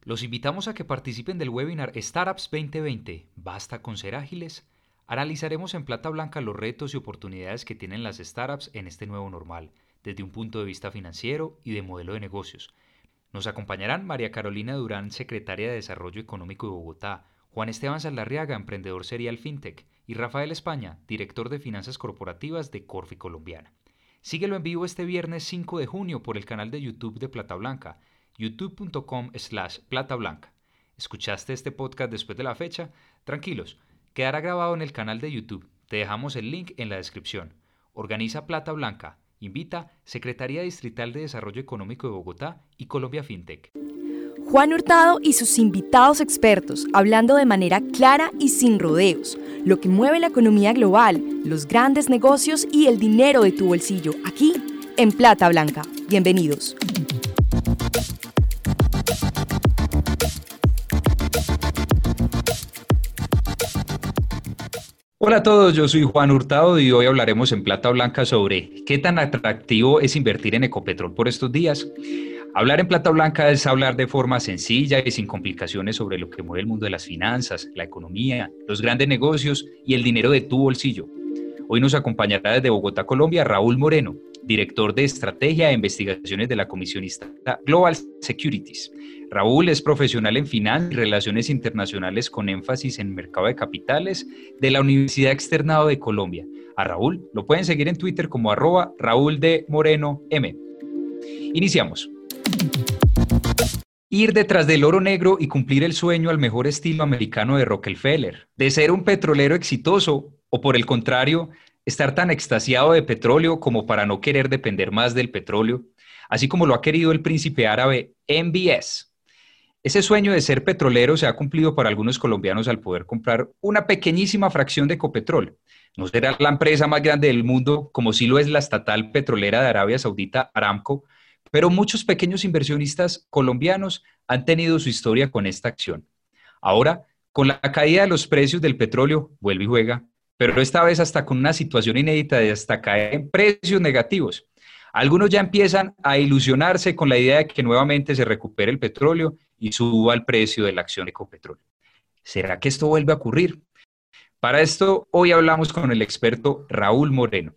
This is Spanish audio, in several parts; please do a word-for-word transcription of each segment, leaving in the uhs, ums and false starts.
Los invitamos a que participen del webinar Startups veinte veinte. ¿Basta con ser ágiles? Analizaremos en plata blanca los retos y oportunidades que tienen las startups en este nuevo normal, desde un punto de vista financiero y de modelo de negocios. Nos acompañarán María Carolina Durán, secretaria de Desarrollo Económico de Bogotá, Juan Esteban Saldarriaga, emprendedor serial fintech, y Rafael España, director de finanzas corporativas de Corfi Colombiana. Síguelo en vivo este viernes cinco de junio por el canal de YouTube de Plata Blanca, youtube punto com slash plata blanca. ¿Escuchaste este podcast después de la fecha? Tranquilos, quedará grabado en el canal de YouTube. Te dejamos el link en la descripción. Organiza Plata Blanca. Invita Secretaría Distrital de Desarrollo Económico de Bogotá y Colombia Fintech. Juan Hurtado y sus invitados expertos, hablando de manera clara y sin rodeos, lo que mueve la economía global, los grandes negocios y el dinero de tu bolsillo, aquí en Plata Blanca. Bienvenidos. Hola a todos, yo soy Juan Hurtado y hoy hablaremos en Plata Blanca sobre qué tan atractivo es invertir en Ecopetrol por estos días. Hablar en Plata Blanca es hablar de forma sencilla y sin complicaciones sobre lo que mueve el mundo de las finanzas, la economía, los grandes negocios y el dinero de tu bolsillo. Hoy nos acompañará desde Bogotá, Colombia, Raúl Moreno, director de Estrategia e Investigaciones de la comisionista Global Securities. Raúl es profesional en finanzas y relaciones internacionales con énfasis en mercado de capitales de la Universidad Externado de Colombia. A Raúl lo pueden seguir en Twitter como arroba Raúl de Moreno M. Iniciamos. Ir detrás del oro negro y cumplir el sueño al mejor estilo americano de Rockefeller, de ser un petrolero exitoso o, por el contrario, estar tan extasiado de petróleo como para no querer depender más del petróleo, así como lo ha querido el príncipe árabe M B S. Ese sueño de ser petrolero se ha cumplido para algunos colombianos al poder comprar una pequeñísima fracción de Ecopetrol. No será la empresa más grande del mundo, como sí lo es la estatal petrolera de Arabia Saudita, Aramco, pero muchos pequeños inversionistas colombianos han tenido su historia con esta acción. Ahora, con la caída de los precios del petróleo, vuelve y juega, pero esta vez hasta con una situación inédita de hasta caer en precios negativos. Algunos ya empiezan a ilusionarse con la idea de que nuevamente se recupere el petróleo y suba el precio de la acción de Ecopetrol. ¿Será que esto vuelve a ocurrir? Para esto, hoy hablamos con el experto Raúl Moreno.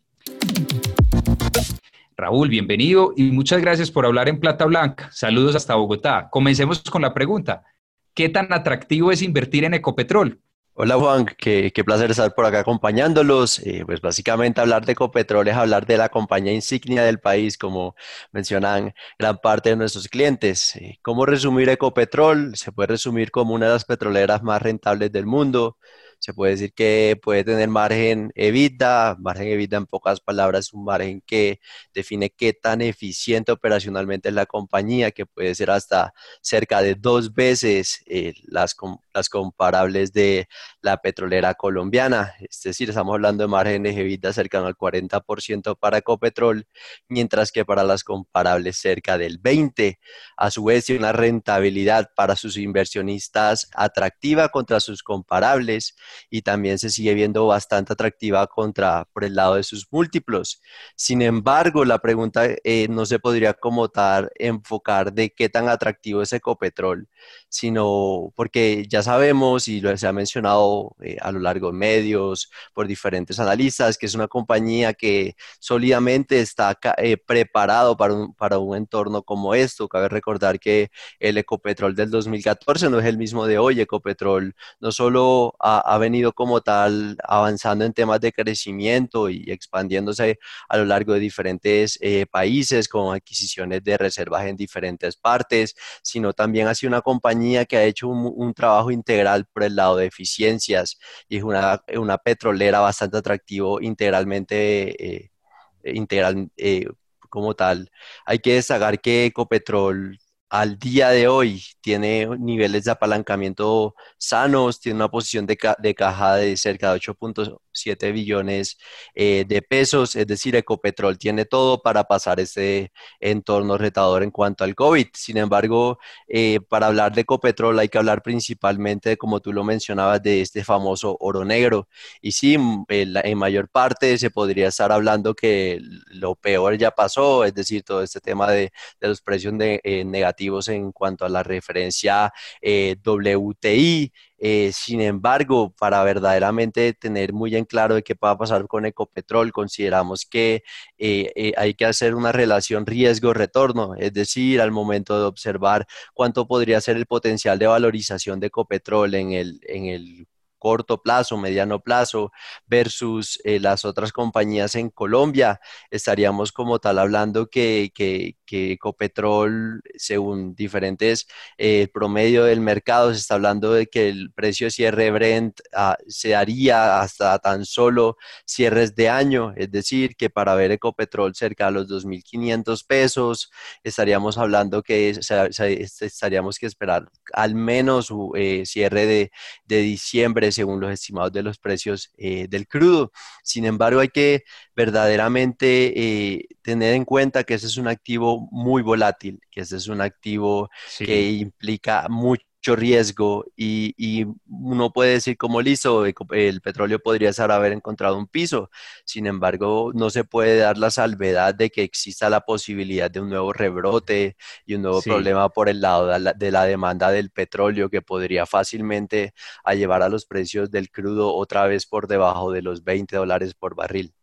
Raúl, bienvenido y muchas gracias por hablar en Plata Blanca. Saludos hasta Bogotá. Comencemos con la pregunta. ¿Qué tan atractivo es invertir en Ecopetrol? Hola Juan, qué, qué placer estar por acá acompañándolos. Eh, pues básicamente hablar de Ecopetrol es hablar de la compañía insignia del país, como mencionan gran parte de nuestros clientes. Eh, ¿cómo resumir Ecopetrol? Se puede resumir como una de las petroleras más rentables del mundo. Se puede decir que puede tener margen EBITDA. Margen EBITDA, en pocas palabras, es un margen que define qué tan eficiente operacionalmente es la compañía, que puede ser hasta cerca de dos veces eh, las, com- las comparables de la petrolera colombiana. Es decir, estamos hablando de márgenes EBITDA cercano al cuarenta por ciento para Ecopetrol, mientras que para las comparables cerca del veinte por ciento. A su vez, tiene una rentabilidad para sus inversionistas atractiva contra sus comparables, y también se sigue viendo bastante atractiva contra por el lado de sus múltiplos. Sin embargo, la pregunta eh, no se podría como tal enfocar de qué tan atractivo es Ecopetrol, sino porque ya sabemos y lo se ha mencionado eh, a lo largo de medios por diferentes analistas que es una compañía que sólidamente está eh, preparado para un, para un entorno como esto. Cabe recordar que el Ecopetrol del dos mil catorce no es el mismo de hoy. Ecopetrol no solo ha, ha venido como tal avanzando en temas de crecimiento y expandiéndose a lo largo de diferentes eh, países con adquisiciones de reservas en diferentes partes, sino también ha sido una compañía que ha hecho un, un trabajo integral por el lado de eficiencias y es una, una petrolera bastante atractivo integralmente, eh, integral eh, como tal. Hay que destacar que Ecopetrol al día de hoy tiene niveles de apalancamiento sanos, tiene una posición de, ca de caja de cerca de ocho punto siete billones eh, de pesos, es decir, Ecopetrol tiene todo para pasar este entorno retador en cuanto al COVID. Sin embargo, eh, para hablar de Ecopetrol hay que hablar principalmente, como tú lo mencionabas, de este famoso oro negro. Y sí, en, en mayor parte se podría estar hablando que lo peor ya pasó, es decir, todo este tema de, de los precios de, eh, negativos negativos en cuanto a la referencia eh, W T I. Eh, sin embargo, para verdaderamente tener muy en claro de qué va a pasar con Ecopetrol, consideramos que eh, eh, hay que hacer una relación riesgo-retorno, es decir, al momento de observar cuánto podría ser el potencial de valorización de Ecopetrol en el, en el corto plazo, mediano plazo, versus eh, las otras compañías en Colombia, estaríamos como tal hablando que, que, que Ecopetrol, según diferentes eh, promedio del mercado, se está hablando de que el precio de cierre Brent ah, se haría hasta tan solo cierres de año, es decir, que para ver Ecopetrol cerca de los dos mil quinientos pesos, estaríamos hablando que se, se, estaríamos que esperar al menos eh, cierre de, de diciembre según los estimados de los precios eh, del crudo. Sin embargo, hay que verdaderamente eh, tener en cuenta que ese es un activo muy volátil, que ese es un activo que Sí. implica mucho riesgo y, y uno puede decir como listo, el petróleo podría ser haber encontrado un piso. Sin embargo, no se puede dar la salvedad de que exista la posibilidad de un nuevo rebrote y un nuevo Sí. problema por el lado de la, de la demanda del petróleo que podría fácilmente a llevar a los precios del crudo otra vez por debajo de los veinte dólares por barril.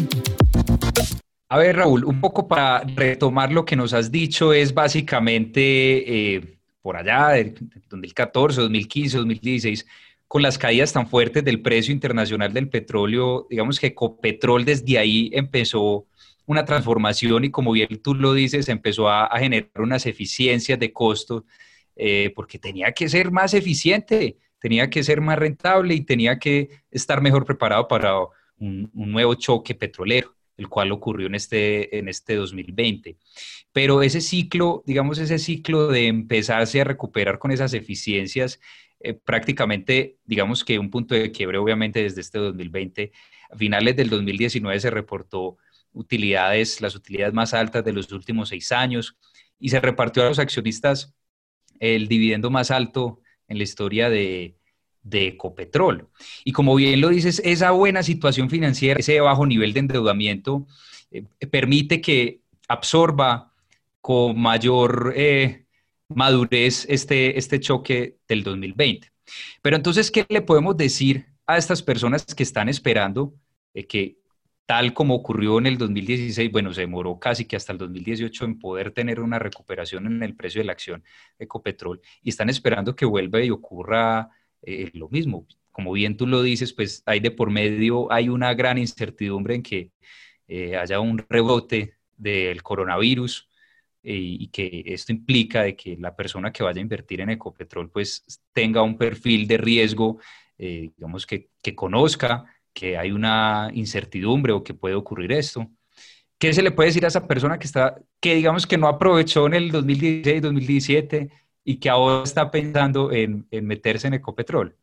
A ver, Raúl, un poco para retomar lo que nos has dicho es básicamente eh, por allá del dos mil catorce, dos mil quince, dos mil dieciséis, con las caídas tan fuertes del precio internacional del petróleo, digamos que Ecopetrol desde ahí empezó una transformación y como bien tú lo dices, empezó a, a generar unas eficiencias de costos eh, porque tenía que ser más eficiente, tenía que ser más rentable y tenía que estar mejor preparado para un, un nuevo choque petrolero, el cual ocurrió en este, en este dos mil veinte. Pero ese ciclo, digamos, ese ciclo de empezarse a recuperar con esas eficiencias, eh, prácticamente, digamos que un punto de quiebre, obviamente, desde este dos mil veinte, a finales del dos mil diecinueve se reportó utilidades, las utilidades más altas de los últimos seis años, y se repartió a los accionistas el dividendo más alto en la historia de, de Ecopetrol. Y como bien lo dices, esa buena situación financiera, ese bajo nivel de endeudamiento, eh, permite que absorba con mayor eh, madurez este, este choque del dos mil veinte. Pero entonces, ¿qué le podemos decir a estas personas que están esperando eh, que tal como ocurrió en el dos mil dieciséis, bueno, se demoró casi que hasta el dos mil dieciocho en poder tener una recuperación en el precio de la acción Ecopetrol y están esperando que vuelva y ocurra eh, lo mismo? Como bien tú lo dices, pues hay de por medio, hay una gran incertidumbre en que eh, haya un rebote del coronavirus eh, y que esto implica de que la persona que vaya a invertir en Ecopetrol pues tenga un perfil de riesgo, eh, digamos que, que conozca que hay una incertidumbre o que puede ocurrir esto. ¿Qué se le puede decir a esa persona que está, que digamos que no aprovechó en el dos mil dieciséis, dos mil diecisiete y que ahora está pensando en, en meterse en Ecopetrol?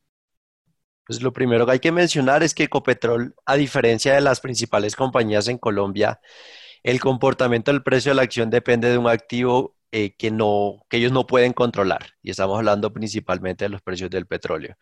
Pues lo primero que hay que mencionar es que Ecopetrol, a diferencia de las principales compañías en Colombia, el comportamiento del precio de la acción depende de un activo eh, que no, que ellos no pueden controlar. Y estamos hablando principalmente de los precios del petróleo.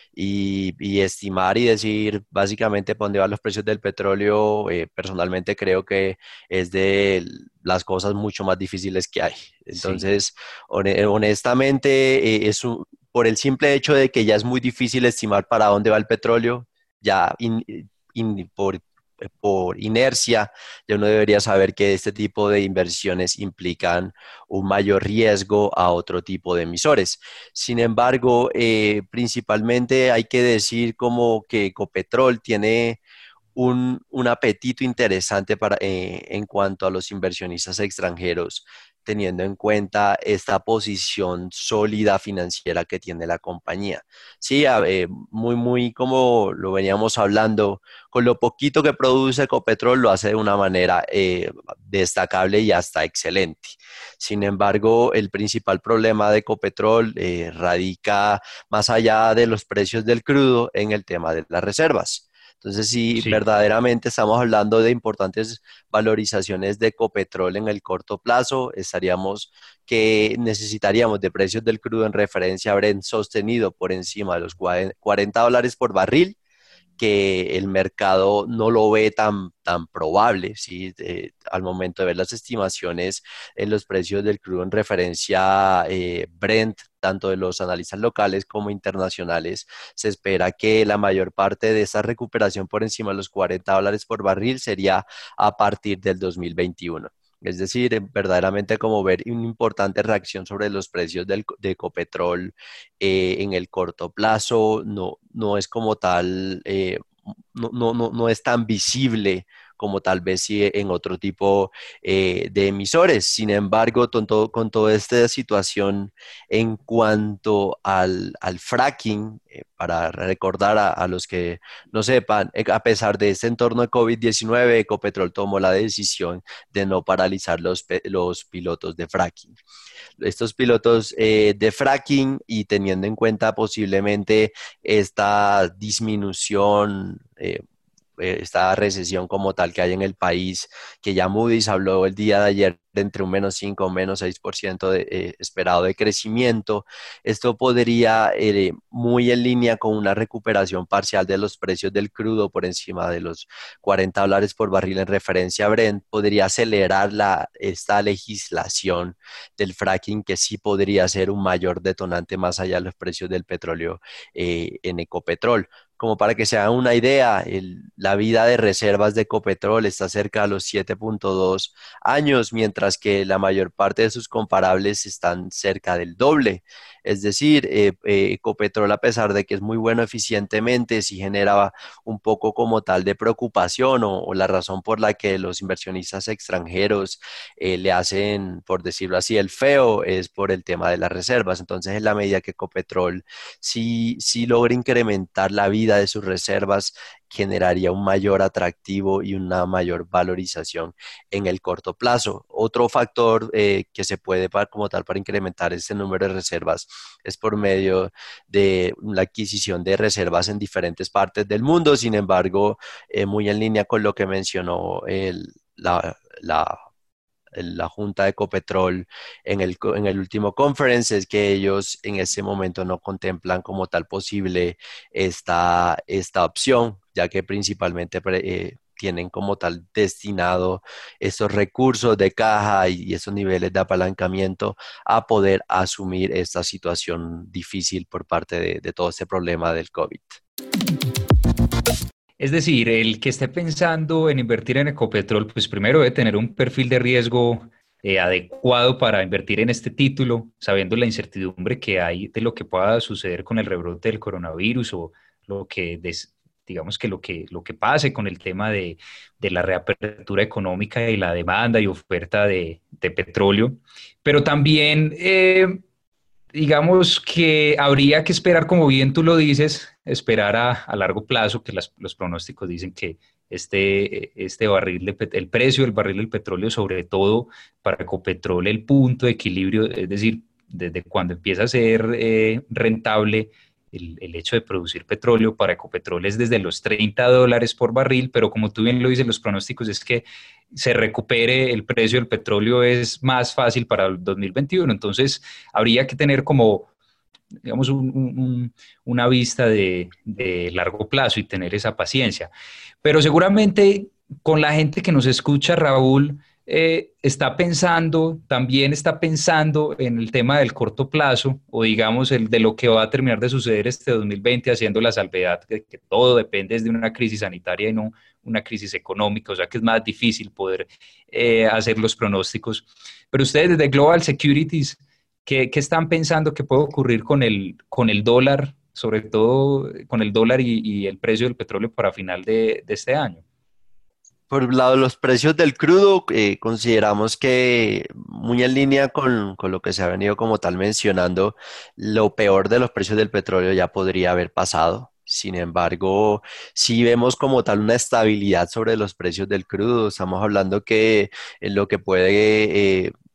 Y, y estimar y decir básicamente para dónde van los precios del petróleo, eh, personalmente creo que es de las cosas mucho más difíciles que hay. Sí, Entonces, hone- honestamente, eh, es un- por el simple hecho de que ya es muy difícil estimar para dónde va el petróleo, ya in- in- por por inercia, ya uno debería saber que este tipo de inversiones implican un mayor riesgo a otro tipo de emisores. Sin embargo, eh, principalmente hay que decir como que Ecopetrol tiene un, un apetito interesante para, eh, en cuanto a los inversionistas extranjeros, teniendo en cuenta esta posición sólida financiera que tiene la compañía. Sí, a- eh, muy, muy como lo veníamos hablando, con lo poquito que produce Ecopetrol lo hace de una manera eh, destacable y hasta excelente. Sin embargo, el principal problema de Ecopetrol eh, radica más allá de los precios del crudo en el tema de las reservas. Entonces, si sí, verdaderamente estamos hablando de importantes valorizaciones de Ecopetrol en el corto plazo, estaríamos que necesitaríamos de precios del crudo en referencia a Brent sostenido por encima de los cuarenta dólares por barril que el mercado no lo ve tan, tan probable, ¿sí? Eh, al momento de ver las estimaciones en los precios del crudo en referencia eh, Brent, tanto de los analistas locales como internacionales, se espera que la mayor parte de esa recuperación por encima de los cuarenta dólares por barril sería a partir del dos mil veintiuno. Es decir, eh, verdaderamente como ver una importante reacción sobre los precios del, de Ecopetrol eh, en el corto plazo, no, no es como tal, eh, no, no, no, no es tan visible como tal vez sí en otro tipo eh, de emisores. Sin embargo, con, todo, con toda esta situación en cuanto al, al fracking, eh, para recordar a, a los que no sepan, eh, a pesar de este entorno de COVID diecinueve, Ecopetrol tomó la decisión de no paralizar los, los pilotos de fracking. Estos pilotos eh, de fracking y teniendo en cuenta posiblemente esta disminución, eh, eh, esta recesión como tal que hay en el país, que ya Moody's habló el día de ayer de entre un menos cinco o menos seis por ciento de, eh, esperado de crecimiento. Esto podría, eh, muy en línea con una recuperación parcial de los precios del crudo por encima de los cuarenta dólares por barril en referencia a Brent, podría acelerar la, esta legislación del fracking, que sí podría ser un mayor detonante más allá de los precios del petróleo eh, en Ecopetrol. Como para que se hagan una idea, el, la vida de reservas de Ecopetrol está cerca de los siete punto dos años, mientras que la mayor parte de sus comparables están cerca del doble. Es decir, eh, eh, Ecopetrol, a pesar de que es muy bueno eficientemente, sí generaba un poco como tal de preocupación o, o la razón por la que los inversionistas extranjeros eh, le hacen, por decirlo así, el feo, es por el tema de las reservas. Entonces, en la medida que Ecopetrol sí, sí logra incrementar la vida de sus reservas, generaría un mayor atractivo y una mayor valorización en el corto plazo. Otro factor eh, que se puede para, como tal para incrementar este número de reservas es por medio de la adquisición de reservas en diferentes partes del mundo. Sin embargo, eh, muy en línea con lo que mencionó el, la, la la Junta de Ecopetrol en el, en el último conference, es que ellos en ese momento no contemplan como tal posible esta, esta opción, ya que principalmente eh, tienen como tal destinado estos recursos de caja y, y esos niveles de apalancamiento a poder asumir esta situación difícil por parte de, de todo este problema del COVID. Es decir, el que esté pensando en invertir en Ecopetrol, pues primero debe tener un perfil de riesgo eh, adecuado para invertir en este título, sabiendo la incertidumbre que hay de lo que pueda suceder con el rebrote del coronavirus o lo que, des, digamos que lo que, lo que pase con el tema de, de la reapertura económica y la demanda y oferta de, de petróleo. Pero también... Eh, digamos que habría que esperar, como bien tú lo dices, esperar a, a largo plazo, que las, los pronósticos dicen que este, este barril, de, el precio del barril del petróleo, sobre todo para Ecopetrol, el punto de equilibrio, es decir, desde cuando empieza a ser eh, rentable el, el hecho de producir petróleo para Ecopetrol es desde los treinta dólares por barril, pero como tú bien lo dices, los pronósticos es que se recupere el precio del petróleo es más fácil para el dos mil veintiuno. Entonces, habría que tener como, digamos, un, un, una vista de, de largo plazo y tener esa paciencia. Pero seguramente con la gente que nos escucha, Raúl, eh, está pensando, también está pensando en el tema del corto plazo, o digamos el de lo que va a terminar de suceder este dos mil veinte, haciendo la salvedad de que todo depende de una crisis sanitaria y no una crisis económica, o sea que es más difícil poder eh, hacer los pronósticos. Pero ustedes desde Global Securities, ¿qué, qué están pensando que puede ocurrir con el, con el dólar, sobre todo con el dólar y, y el precio del petróleo para final de, de este año? Por un lado, los precios del crudo, eh, consideramos que muy en línea con, con lo que se ha venido como tal mencionando, lo peor de los precios del petróleo ya podría haber pasado. Sin embargo, sí vemos como tal una estabilidad sobre los precios del crudo. Estamos hablando que en lo que puede eh,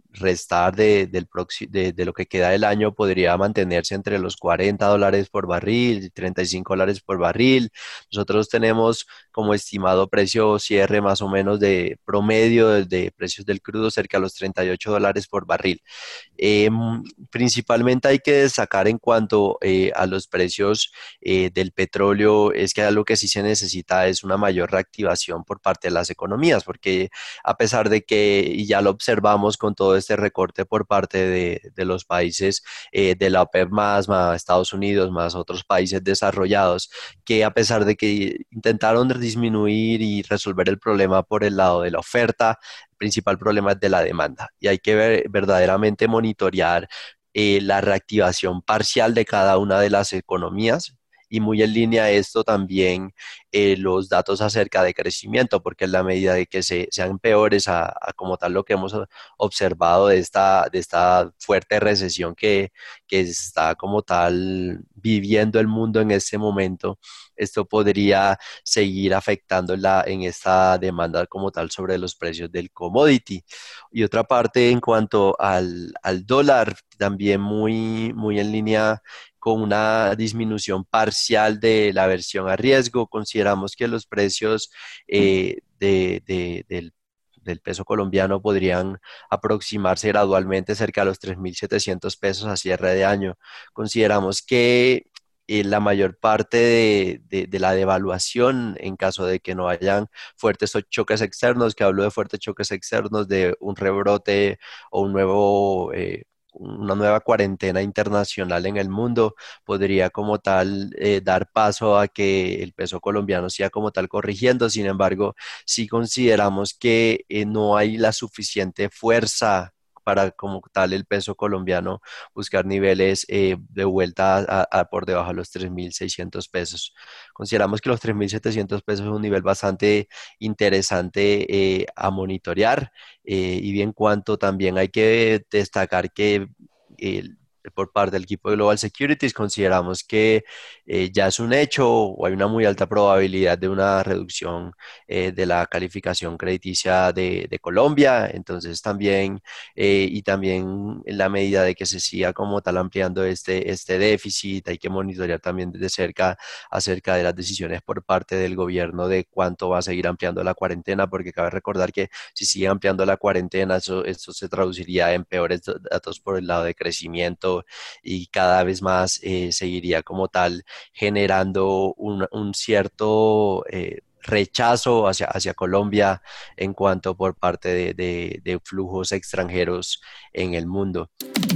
restar de, del proxi- de, de lo que queda del año podría mantenerse entre los cuarenta dólares por barril y treinta y cinco dólares por barril. Nosotros tenemos como estimado precio cierre más o menos de promedio de, de precios del crudo cerca a los treinta y ocho dólares por barril. Eh, Principalmente hay que destacar en cuanto eh, a los precios eh, del petróleo, es que algo que sí se necesita es una mayor reactivación por parte de las economías, porque a pesar de que, y ya lo observamos con todo este recorte por parte de, de los países eh, de la OPEP más, más Estados Unidos, más otros países desarrollados, que a pesar de que intentaron disminuir y resolver el problema por el lado de la oferta, el principal problema es de la demanda y hay que ver, verdaderamente monitorear eh, la reactivación parcial de cada una de las economías. Y muy en línea a esto también eh, los datos acerca de crecimiento, porque en la medida de que se, sean peores a, a como tal lo que hemos observado de esta, de esta fuerte recesión que, que está como tal viviendo el mundo en este momento, esto podría seguir afectando la, en esta demanda como tal sobre los precios del commodity. Y otra parte en cuanto al, al dólar, también muy, muy en línea con una disminución parcial de la aversión a riesgo. Consideramos que los precios eh, de, de, del, del peso colombiano podrían aproximarse gradualmente cerca de los tres mil setecientos pesos a cierre de año. Consideramos que eh, la mayor parte de, de, de la devaluación, en caso de que no hayan fuertes choques externos, que hablo de fuertes choques externos, de un rebrote o un nuevo... Eh, una nueva cuarentena internacional en el mundo, podría como tal eh, dar paso a que el peso colombiano sea como tal corrigiendo. Sin embargo, sí consideramos que eh, no hay la suficiente fuerza para como tal el peso colombiano buscar niveles eh, de vuelta a, a por debajo de los tres mil seiscientos pesos. Consideramos que los tres mil setecientos pesos es un nivel bastante interesante eh, a monitorear. Eh, y bien cuanto también hay que destacar que el- por parte del equipo de Global Securities consideramos que eh, ya es un hecho o hay una muy alta probabilidad de una reducción eh, de la calificación crediticia de, de Colombia. Entonces también, eh, y también en la medida de que se siga como tal ampliando este, este déficit, hay que monitorear también de cerca acerca de las decisiones por parte del gobierno de cuánto va a seguir ampliando la cuarentena, porque cabe recordar que si sigue ampliando la cuarentena, eso, esto se traduciría en peores datos por el lado de crecimiento y cada vez más eh, seguiría como tal generando un, un cierto eh, rechazo hacia, hacia Colombia en cuanto por parte de, de, de flujos extranjeros en el mundo.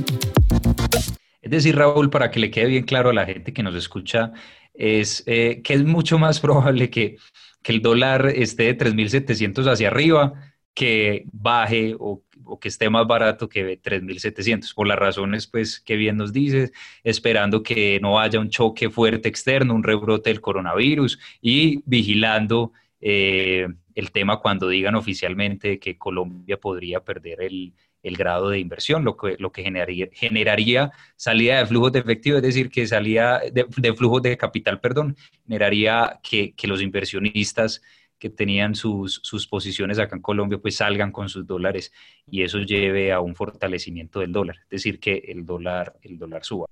Es decir, Raúl, para que le quede bien claro a la gente que nos escucha, es eh, que es mucho más probable que, que el dólar esté de tres mil setecientos hacia arriba, que baje o, o que esté más barato que tres mil setecientos, por las razones pues, que bien nos dices, esperando que no haya un choque fuerte externo, un rebrote del coronavirus y vigilando eh, el tema cuando digan oficialmente que Colombia podría perder el el grado de inversión, lo que, lo que generaría, generaría salida de flujos de efectivo, es decir, que salía de, de flujos de capital, perdón, generaría que, que los inversionistas que tenían sus, sus posiciones acá en Colombia, pues salgan con sus dólares y eso lleve a un fortalecimiento del dólar, es decir, que el dólar, el dólar suba.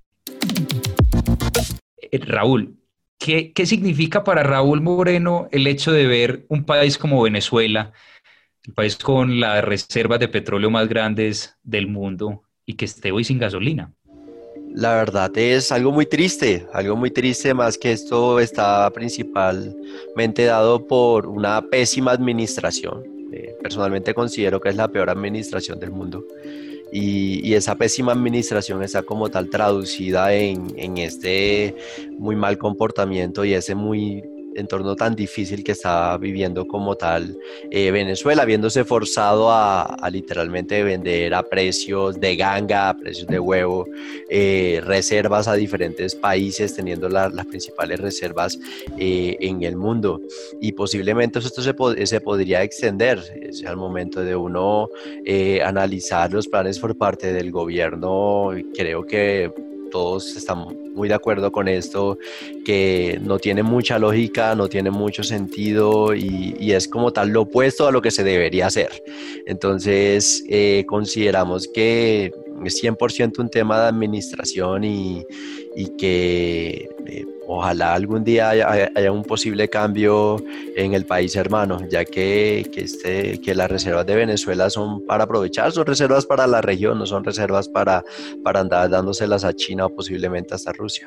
Eh, Raúl, ¿qué, ¿qué significa para Raúl Moreno el hecho de ver un país como Venezuela, el país con las reservas de petróleo más grandes del mundo y que esté hoy sin gasolina? La verdad es algo muy triste, algo muy triste, más que esto está principalmente dado por una pésima administración. Eh, personalmente considero que es la peor administración del mundo y, y esa pésima administración está como tal traducida en, en este muy mal comportamiento y ese muy entorno tan difícil que está viviendo como tal eh, Venezuela, viéndose forzado a, a literalmente vender a precios de ganga, a precios de huevo, eh, reservas a diferentes países, teniendo la, las principales reservas eh, en el mundo. Y posiblemente esto se, pod se podría extender, es al momento de uno eh, analizar los planes por parte del gobierno, creo que todos estamos muy de acuerdo con esto, que no tiene mucha lógica, no tiene mucho sentido y, y es como tal lo opuesto a lo que se debería hacer. Entonces, eh, consideramos que es cien por ciento un tema de administración y, y que eh, ojalá algún día haya, haya un posible cambio en el país hermano, ya que, que, este, que las reservas de Venezuela son para aprovechar, son reservas para la región, no son reservas para, para andar dándoselas a China o posiblemente hasta Rusia.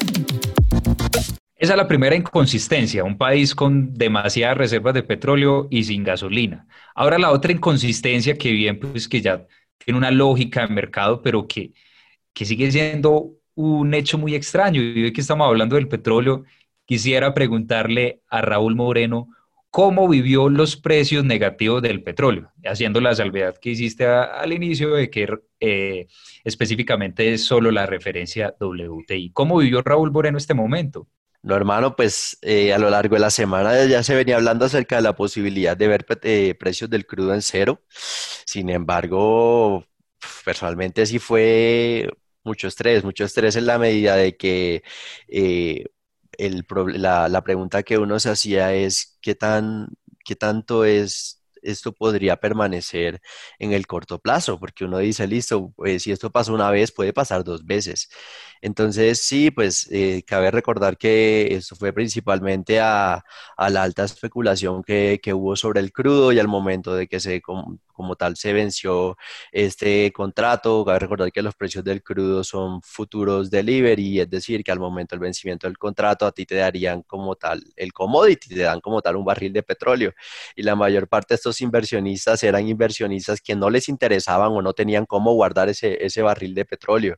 Esa es la primera inconsistencia, un país con demasiadas reservas de petróleo y sin gasolina. Ahora la otra inconsistencia que bien, pues que ya tiene una lógica de mercado, pero que, que sigue siendo un hecho muy extraño. Y hoy que estamos hablando del petróleo, quisiera preguntarle a Raúl Moreno cómo vivió los precios negativos del petróleo, haciendo la salvedad que hiciste a, al inicio de que eh, específicamente es solo la referencia W T I. ¿Cómo vivió Raúl Moreno este momento? No, hermano, pues eh, a lo largo de la semana ya se venía hablando acerca de la posibilidad de ver eh, precios del crudo en cero. Sin embargo, personalmente sí fue mucho estrés, mucho estrés en la medida de que eh, el, proble- la, la pregunta que uno se hacía es qué tan, qué tanto es... Esto podría permanecer en el corto plazo, porque uno dice, listo, pues, si esto pasó una vez, puede pasar dos veces. Entonces, sí, pues eh, cabe recordar que esto fue principalmente a, a la alta especulación que, que hubo sobre el crudo y al momento de que se, como, como tal se venció este contrato. Cabe recordar que los precios del crudo son futuros delivery, es decir, que al momento del vencimiento del contrato a ti te darían como tal el commodity, te dan como tal un barril de petróleo. Y la mayor parte de estos inversionistas eran inversionistas que no les interesaban o no tenían cómo guardar ese, ese barril de petróleo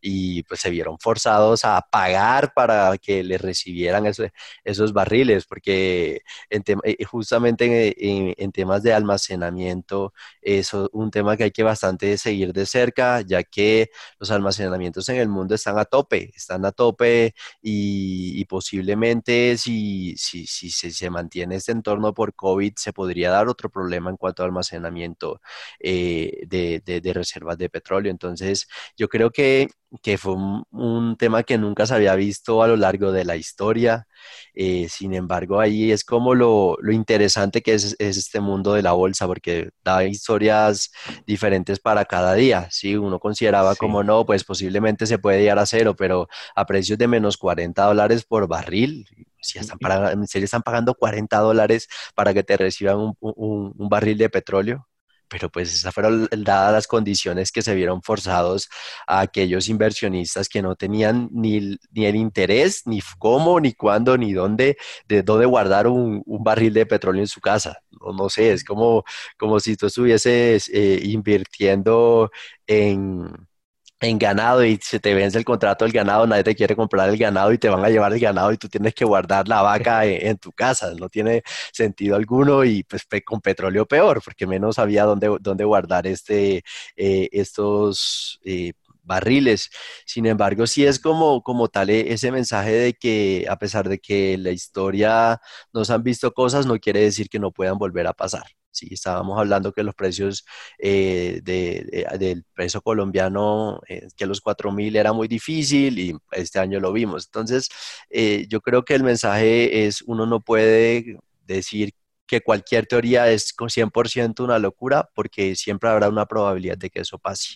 y pues se vieron forzados a pagar para que les recibieran ese- esos barriles, porque en tem- eh, justamente en, en- en temas de almacenamiento, eso es un tema que hay que bastante seguir de cerca, ya que los almacenamientos en el mundo están a tope, están a tope y, y posiblemente si, si, si se, se mantiene este entorno por COVID, se podría dar otro problema en cuanto a almacenamiento eh, de, de de reservas de petróleo. Entonces, yo creo que que fue un, un tema que nunca se había visto a lo largo de la historia. Eh, sin embargo, ahí es como lo, lo interesante que es, es este mundo de la bolsa, porque da historias diferentes para cada día. ¿Sí? Uno consideraba como Sí. no, pues posiblemente se puede llegar a cero, pero a precios de menos cuarenta dólares por barril. Si están pagando, en serio están pagando cuarenta dólares para que te reciban un, un un barril de petróleo. Pero pues esas fueron dadas las condiciones que se vieron forzados a aquellos inversionistas que no tenían ni, el- ni el interés, ni cómo, ni cuándo, ni dónde, de dónde guardar un, un barril de petróleo en su casa. No, no sé, es como, como si tú estuvieses eh, invirtiendo en en ganado y se te vence el contrato del ganado, nadie te quiere comprar el ganado y te van a llevar el ganado y tú tienes que guardar la vaca en, en tu casa. No tiene sentido alguno y pues pe- con petróleo peor, porque menos sabía dónde, dónde guardar este, eh, estos eh, barriles. Sin embargo, sí es como, como tal eh, ese mensaje de que a pesar de que en la historia nos han visto cosas, no quiere decir que no puedan volver a pasar. Sí, estábamos hablando que los precios eh, de- de- del peso colombiano, eh, que los cuatro mil era muy difícil y este año lo vimos. Entonces, eh, yo creo que el mensaje es, uno no puede decir que cualquier teoría es con cien por ciento una locura, porque siempre habrá una probabilidad de que eso pase.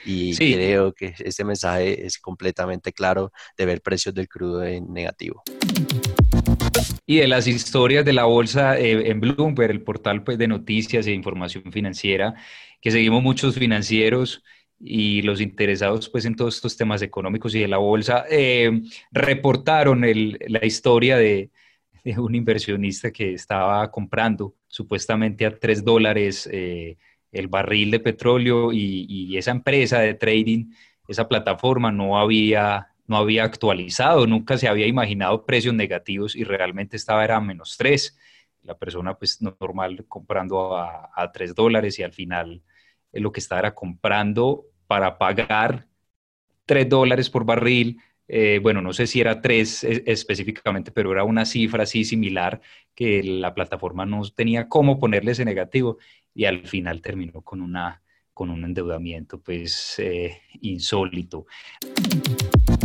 Y Sí, creo que este mensaje es completamente claro de ver precios del crudo en negativo. y de las historias de la bolsa eh, en Bloomberg, el portal pues, de noticias e información financiera, que seguimos muchos financieros y los interesados pues, en todos estos temas económicos y de la bolsa, eh, reportaron el- la historia de, de un inversionista que estaba comprando supuestamente a tres dólares eh, el barril de petróleo y, y esa empresa de trading, esa plataforma no había no había actualizado, nunca se había imaginado precios negativos y realmente estaba era a menos tres. La persona pues normal comprando a, a tres dólares y al final eh, lo que estaba era comprando para pagar tres dólares por barril. Eh, bueno, no sé si era tres es, específicamente, pero era una cifra así similar que la plataforma no tenía cómo ponerle ese negativo y al final terminó con, una, con un endeudamiento pues eh, insólito.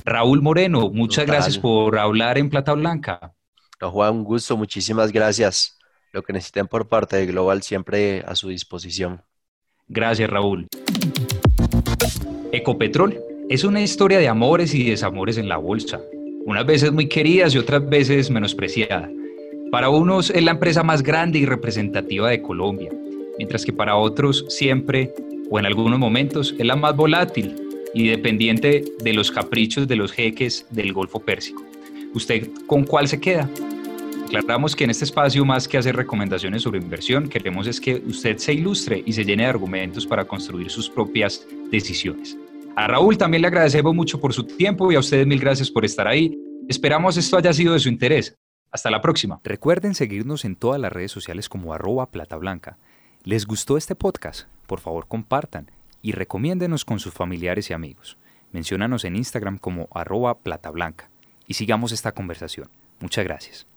Raúl Moreno, muchas gracias Total. por hablar en Plata Blanca. No, Juan, un gusto, muchísimas gracias. Lo que necesiten por parte de Global siempre a su disposición. Gracias, Raúl. Ecopetrol es una historia de amores y desamores en la bolsa, unas veces muy queridas y otras veces menospreciada. Para unos es la empresa más grande y representativa de Colombia, mientras que para otros siempre, o en algunos momentos, es la más volátil y dependiente de los caprichos de los jeques del Golfo Pérsico. ¿Usted con cuál se queda? Aclaramos que en este espacio, más que hacer recomendaciones sobre inversión, queremos es que usted se ilustre y se llene de argumentos para construir sus propias decisiones. A Raúl también le agradecemos mucho por su tiempo y a ustedes mil gracias por estar ahí. Esperamos esto haya sido de su interés. Hasta la próxima. Recuerden seguirnos en todas las redes sociales como arroba Plata Blanca. ¿Les gustó este podcast? Por favor, compartan y recomiéndenos con sus familiares y amigos. Menciónanos en Instagram como arroba Plata Blanca y sigamos esta conversación. Muchas gracias.